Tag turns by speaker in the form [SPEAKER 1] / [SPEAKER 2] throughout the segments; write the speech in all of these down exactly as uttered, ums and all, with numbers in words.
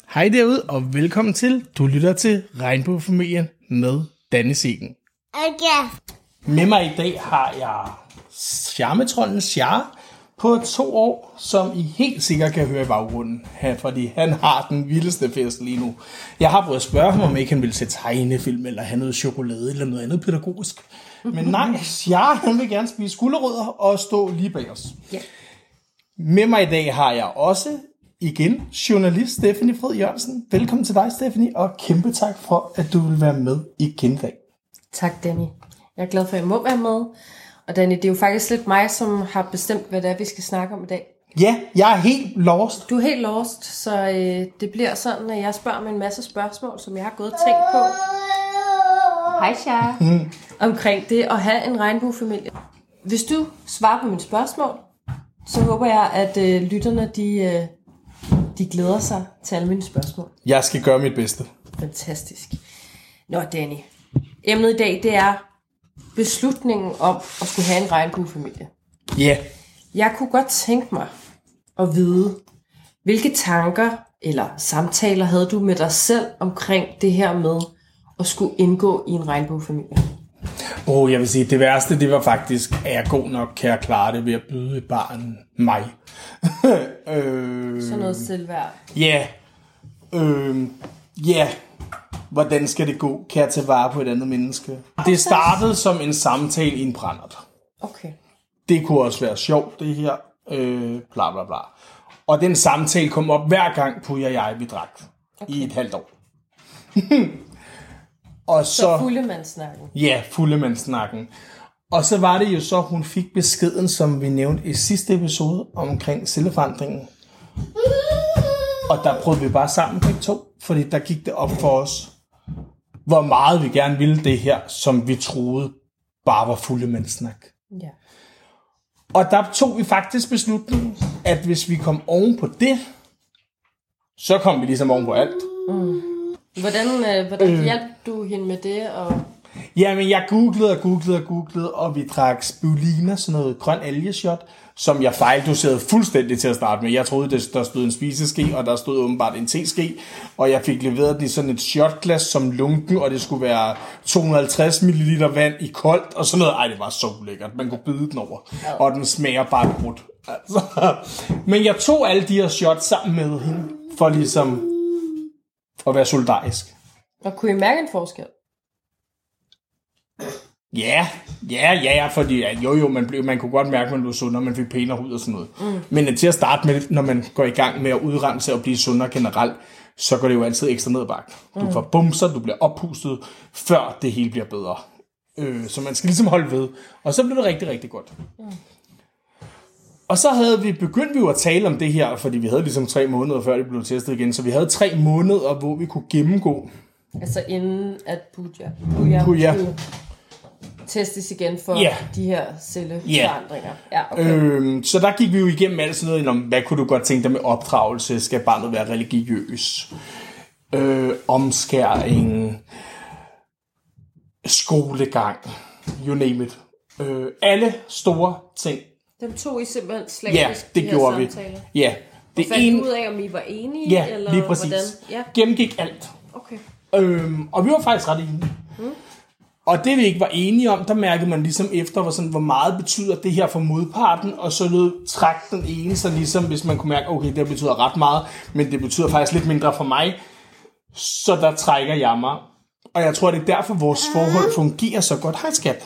[SPEAKER 1] Hej derude, og velkommen til. Du lytter til Regnbuefamilien med Danne Siegen.
[SPEAKER 2] Okay.
[SPEAKER 1] Med mig i dag har jeg charmetrollen Char på to år, som I helt sikkert kan høre i baggrunden, fordi han har den vildeste fest lige nu. Jeg har prøvet at spørge ham, om ikke han ville se tegnefilm, eller have noget chokolade, eller noget andet pædagogisk. Men nej, Char, han vil gerne spise gulerødder og stå lige bag os.
[SPEAKER 2] Ja.
[SPEAKER 1] Med mig i dag har jeg også igen journalist Stephanie Frid Jørgensen. Velkommen til dig, Stephanie, og kæmpe tak for, at du vil være med igen i dag.
[SPEAKER 2] Tak, Danny. Jeg er glad for, at jeg må være med. Og Danny, det er jo faktisk lidt mig, som har bestemt, hvad det er, vi skal snakke om i dag.
[SPEAKER 1] Ja, jeg er helt lost.
[SPEAKER 2] Du er helt lost, så øh, det bliver sådan, at jeg spørger mig en masse spørgsmål, som jeg har gået og tænkt på. Hej, Char. Mm. Omkring det at have en regnbuefamilie. Hvis du svarer på mine spørgsmål, så håber jeg, at øh, lytterne, de, øh, de glæder sig til alle mine spørgsmål.
[SPEAKER 1] Jeg skal gøre mit bedste.
[SPEAKER 2] Fantastisk. Nå, Danny. Emnet i dag, det er beslutningen om at skulle have en regnbuefamilie.
[SPEAKER 1] Ja. Yeah.
[SPEAKER 2] Jeg kunne godt tænke mig at vide, hvilke tanker eller samtaler havde du med dig selv omkring det her med at skulle indgå i en regnbuefamilie?
[SPEAKER 1] Åh, oh, jeg vil sige, det værste, det var faktisk, at jeg god nok kan jeg klare det ved at byde et barn mig.
[SPEAKER 2] øh, Sådan noget selvværd.
[SPEAKER 1] Ja. Yeah. Øh, ja. Yeah. Hvordan skal det gå? Kan jeg tage vare på et andet menneske? Det startede som en samtale i en brændert.
[SPEAKER 2] Okay.
[SPEAKER 1] Det kunne også være sjovt, det her. Øh, bla bla bla. Og den samtale kom op hver gang, Puja og jeg vi drak. Okay. I et halvt år. Og så,
[SPEAKER 2] så fuldemandssnakken.
[SPEAKER 1] Ja, fuldemandssnakken. Og så var det jo så, hun fik beskeden, som vi nævnte i sidste episode, omkring celleforandringen. Og der prøvede vi bare sammen begge to, fordi der gik det op for os, hvor meget vi gerne ville det her, som vi troede bare var fuldemandssnak.
[SPEAKER 2] Ja.
[SPEAKER 1] Og der tog vi faktisk beslutningen, at hvis vi kom oven på det, så kom vi ligesom oven på alt.
[SPEAKER 2] Mm. Hvordan, øh, hvordan øh. hjalp du hende med det? Og...
[SPEAKER 1] Jamen, jeg googlede og googlede og googlede, og vi drak spirulina, sådan noget grøn algeshot, som jeg fejldoserede fuldstændig til at starte med. Jeg troede, der stod en spiseske, og der stod åbenbart en teske, og jeg fik leveret det i sådan et shotglas som lunken, og det skulle være to hundrede og halvtreds milliliter vand i koldt, og sådan noget. Ej, det var så lækkert. Man kunne bide den over, ja. Og den smager bare brudt. Altså. Men jeg tog alle de her shots sammen med hende, for ligesom at være solidarisk.
[SPEAKER 2] Og kunne I mærke en forskel?
[SPEAKER 1] Ja, ja, ja, ja, fordi ja, jo, jo, man, blev, man kunne godt mærke, at man blev sundere, man fik pænere hud og sådan noget. Mm. Men til at starte med, når man går i gang med at udrense og blive sundere generelt, så går det jo altid ekstra ned ad bakken. Du mm. får bumser, du bliver oppustet, før det hele bliver bedre. Øh, så man skal ligesom holde ved. Og så blev det rigtig, rigtig godt. Mm. Og så havde vi begyndt vi jo at tale om det her, fordi vi havde ligesom tre måneder, før det blev testet igen. Så vi havde tre måneder, hvor vi kunne gennemgå.
[SPEAKER 2] Altså inden at Puja, Puja, Puja. skulle testes igen for yeah. de her celleforandringer.
[SPEAKER 1] Yeah. Ja, okay. øhm, så der gik vi jo igennem alt sådan noget om, hvad kunne du godt tænke dig med opdragelse? Skal barnet være religiøs? Øh, omskæring? Skolegang? You name it. Øh, alle store ting.
[SPEAKER 2] Dem tog I simpelthen slavisk.
[SPEAKER 1] Ja, det
[SPEAKER 2] de
[SPEAKER 1] gjorde vi. Ja.
[SPEAKER 2] Det og fandt en... ud af, om I var enige?
[SPEAKER 1] Ja,
[SPEAKER 2] eller
[SPEAKER 1] lige præcis.
[SPEAKER 2] Ja.
[SPEAKER 1] Gennemgik alt.
[SPEAKER 2] Okay.
[SPEAKER 1] Øhm, og vi var faktisk ret enige. Mm. Og det vi ikke var enige om, der mærkede man ligesom efter, hvor, sådan, hvor meget betyder det her for modparten, og så lød træk den ene, så ligesom hvis man kunne mærke, okay, det betyder ret meget, men det betyder faktisk lidt mindre for mig, så der trækker jeg mig. Og jeg tror, det er derfor, vores forhold fungerer så godt. Hej skat.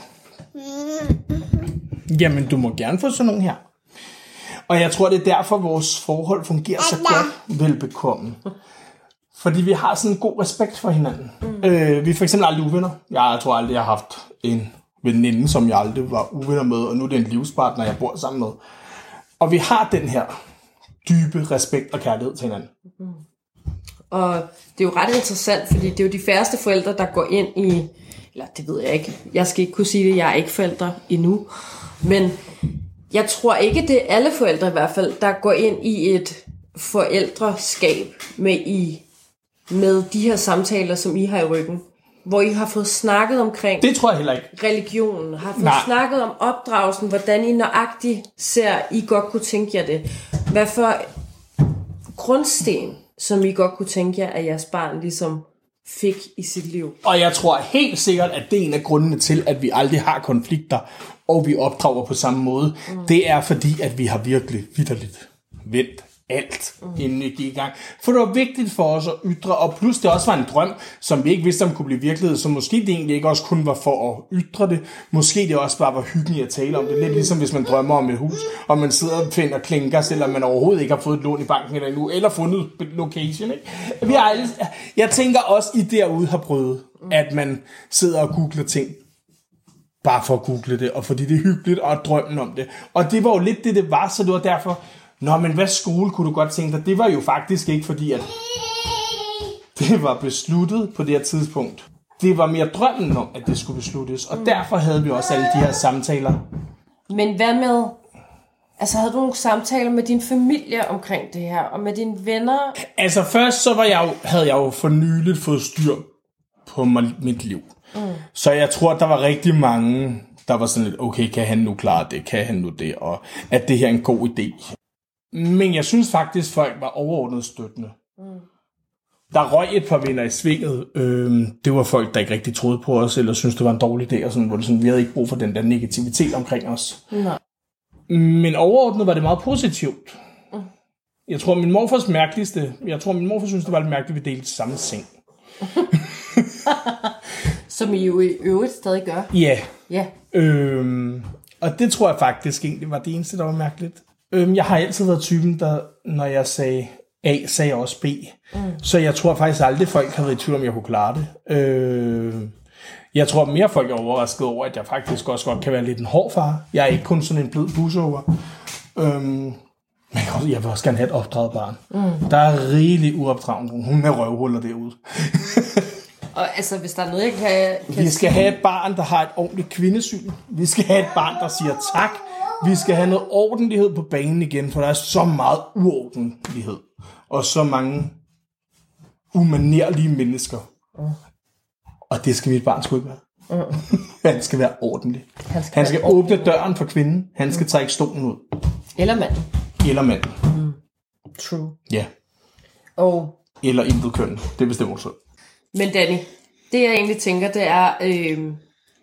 [SPEAKER 1] Jamen, du må gerne få sådan nogle her. Og jeg tror, det er derfor, vores forhold fungerer så godt velbekomme. Fordi vi har sådan en god respekt for hinanden. Mm. Øh, vi er for eksempel aldrig uvenner. Jeg tror aldrig, jeg har haft en veninde, som jeg aldrig var uvenner med, og nu er det en livspartner, jeg bor sammen med. Og vi har den her dybe respekt og kærlighed til hinanden.
[SPEAKER 2] Mm. Og det er jo ret interessant, fordi det er jo de færreste forældre, der går ind i... Eller det ved jeg ikke. Jeg skal ikke kunne sige det, jeg er ikke forældre endnu. Men jeg tror ikke, det er alle forældre i hvert fald, der går ind i et forældreskab med i... med de her samtaler, som I har i ryggen, hvor I har fået snakket omkring
[SPEAKER 1] det tror jeg heller ikke.
[SPEAKER 2] Religionen, har fået
[SPEAKER 1] Nej.
[SPEAKER 2] snakket om opdragelsen, hvordan I nøjagtigt ser, I godt kunne tænke jer det. Hvad for grundsten, som I godt kunne tænke jer, at jeres barn ligesom fik i sit liv.
[SPEAKER 1] Og jeg tror helt sikkert, at det er en af grundene til, at vi aldrig har konflikter, og vi opdrager på samme måde. Mm. Det er fordi, at vi har virkelig vitterligt vendt alt, mm. inden vi gik i gang. For det var vigtigt for os at ytre, og plus det også var en drøm, som vi ikke vidste, om kunne blive virkelighed, så måske det egentlig ikke også kun var for at ytre det. Måske det også bare var hyggeligt at tale om det. Lidt ligesom hvis man drømmer om et hus, og man sidder og finder klinker, selvom man overhovedet ikke har fået et lån i banken eller endnu, eller fundet location. Ikke? Vi har alle, jeg tænker også, I derude har prøvet, at man sidder og googler ting, bare for at google det, og fordi det er hyggeligt, og drømmen om det. Og det var jo lidt det, det var, så det var derfor. Nå, men hvad skole kunne du godt tænke dig? Det var jo faktisk ikke fordi, at det var besluttet på det her tidspunkt. Det var mere drømmen om, at det skulle besluttes. Og derfor havde vi også alle de her samtaler.
[SPEAKER 2] Men hvad med... Altså, havde du nogle samtaler med din familie omkring det her? Og med dine venner?
[SPEAKER 1] Altså, først så var jeg jo, havde jeg jo for nyligt fået styr på mit liv. Mm. Så jeg tror, der var rigtig mange, der var sådan lidt, okay, kan han nu klare det? Kan han nu det? Og at det her er en god idé. Men jeg synes faktisk, folk var overordnet støttende. Mm. Der røg et par venner i svinget. Øhm, det var folk, der ikke rigtig troede på os, eller syntes, det var en dårlig idé, og sådan, hvor det sådan, vi havde ikke brug for den der negativitet omkring os.
[SPEAKER 2] Nej.
[SPEAKER 1] Men overordnet var det meget positivt. Mm. Jeg tror, min morfars mærkeligste... Jeg tror, min morfar synes, det var lidt mærkeligt, at vi delte samme seng.
[SPEAKER 2] Som I jo i øvrigt stadig gør.
[SPEAKER 1] Ja.
[SPEAKER 2] Ja.
[SPEAKER 1] Øhm, og det tror jeg faktisk egentlig var det eneste, der var mærkeligt. Øhm, jeg har altid været typen, der, når jeg sagde A, sagde jeg også B. Mm. Så jeg tror faktisk aldrig, folk har været i tvivl, om jeg kunne klare det. Øh, jeg tror mere, folk er overrasket over, at jeg faktisk også godt kan være lidt en hård far. Jeg er ikke kun sådan en blød pushover. Øhm, men jeg vil også gerne have et opdraget barn. Mm. Der er rigeligt uopdraget. Hun er røvhuller derude.
[SPEAKER 2] Og altså, hvis der er noget, jeg kan... kan
[SPEAKER 1] vi skal have et barn, der har et ordentligt kvindesyn. Vi skal have et barn, der siger tak. Vi skal have noget ordentlighed på banen igen, for der er så meget uordentlighed. Og så mange umanerlige mennesker. Mm. Og det skal mit barn sgu ikke være. Mm. Han skal være ordentlig. Han skal, Han skal åbne ordentlig. Døren for kvinden. Han skal mm. trække stolen ud.
[SPEAKER 2] Eller manden.
[SPEAKER 1] Eller manden.
[SPEAKER 2] Mm. True.
[SPEAKER 1] Ja.
[SPEAKER 2] Og...
[SPEAKER 1] Eller intet køn. Det bestemmer du.
[SPEAKER 2] Men Danny, det jeg egentlig tænker, det er... Øh...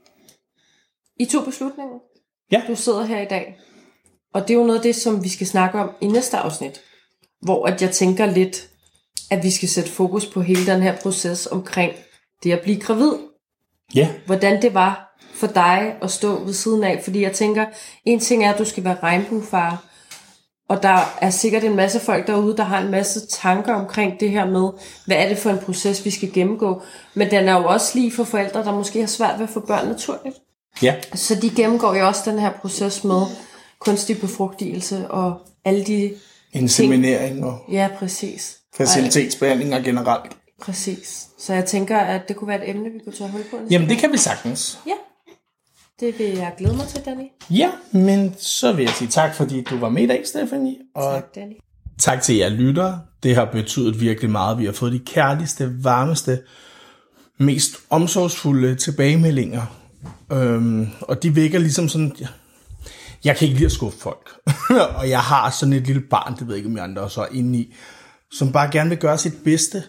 [SPEAKER 2] I to beslutninger.
[SPEAKER 1] Ja.
[SPEAKER 2] Du sidder her i dag. Og det er jo noget af det, som vi skal snakke om i næste afsnit. Hvor at jeg tænker lidt, at vi skal sætte fokus på hele den her proces omkring det at blive gravid.
[SPEAKER 1] Ja.
[SPEAKER 2] Hvordan det var for dig at stå ved siden af. Fordi jeg tænker, en ting er, at du skal være regnbuefar. Og der er sikkert en masse folk derude, der har en masse tanker omkring det her med, hvad er det for en proces, vi skal gennemgå. Men den er jo også lige for forældre, der måske har svært ved at få børn naturligt.
[SPEAKER 1] Ja.
[SPEAKER 2] Så de gennemgår jo også den her proces med kunstig befrugtelse og alle de
[SPEAKER 1] inseminering
[SPEAKER 2] ting.
[SPEAKER 1] Og
[SPEAKER 2] ja, præcis.
[SPEAKER 1] facilitetsbehandlinger generelt.
[SPEAKER 2] Præcis. Så jeg tænker, at det kunne være et emne, vi kunne tage hul på.
[SPEAKER 1] Jamen, det kan vi sagtens.
[SPEAKER 2] Ja. Det vil jeg glæde mig til, Danny.
[SPEAKER 1] Ja, men så vil jeg sige tak, fordi du var med i dag, Stephanie. Og
[SPEAKER 2] tak, Danny.
[SPEAKER 1] Tak til jer lyttere. Det har betydet virkelig meget. Vi har fået de kærligste, varmeste, mest omsorgsfulde tilbagemeldinger. Øhm, og de vækker ligesom sådan... Jeg kan ikke lide at skuffe folk. Og jeg har sådan et lille barn, det ved jeg ikke, om jeg andre også er inde i, som bare gerne vil gøre sit bedste.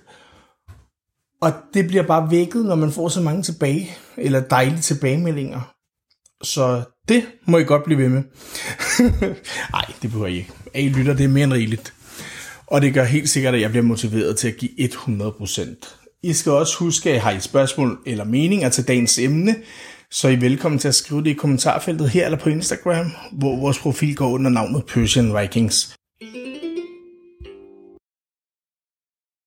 [SPEAKER 1] Og det bliver bare vækket, når man får så mange tilbage, eller dejlige tilbagemeldinger. Så det må I godt blive ved med. Nej, det behøver I ikke. A lytter, det er mere end rigeligt. Og det gør helt sikkert, at jeg bliver motiveret til at give hundrede procent. I skal også huske, at har I spørgsmål eller meninger til dagens emne, så er I velkommen til at skrive det i kommentarfeltet her eller på Instagram, hvor vores profil går under navnet Persian Vikings.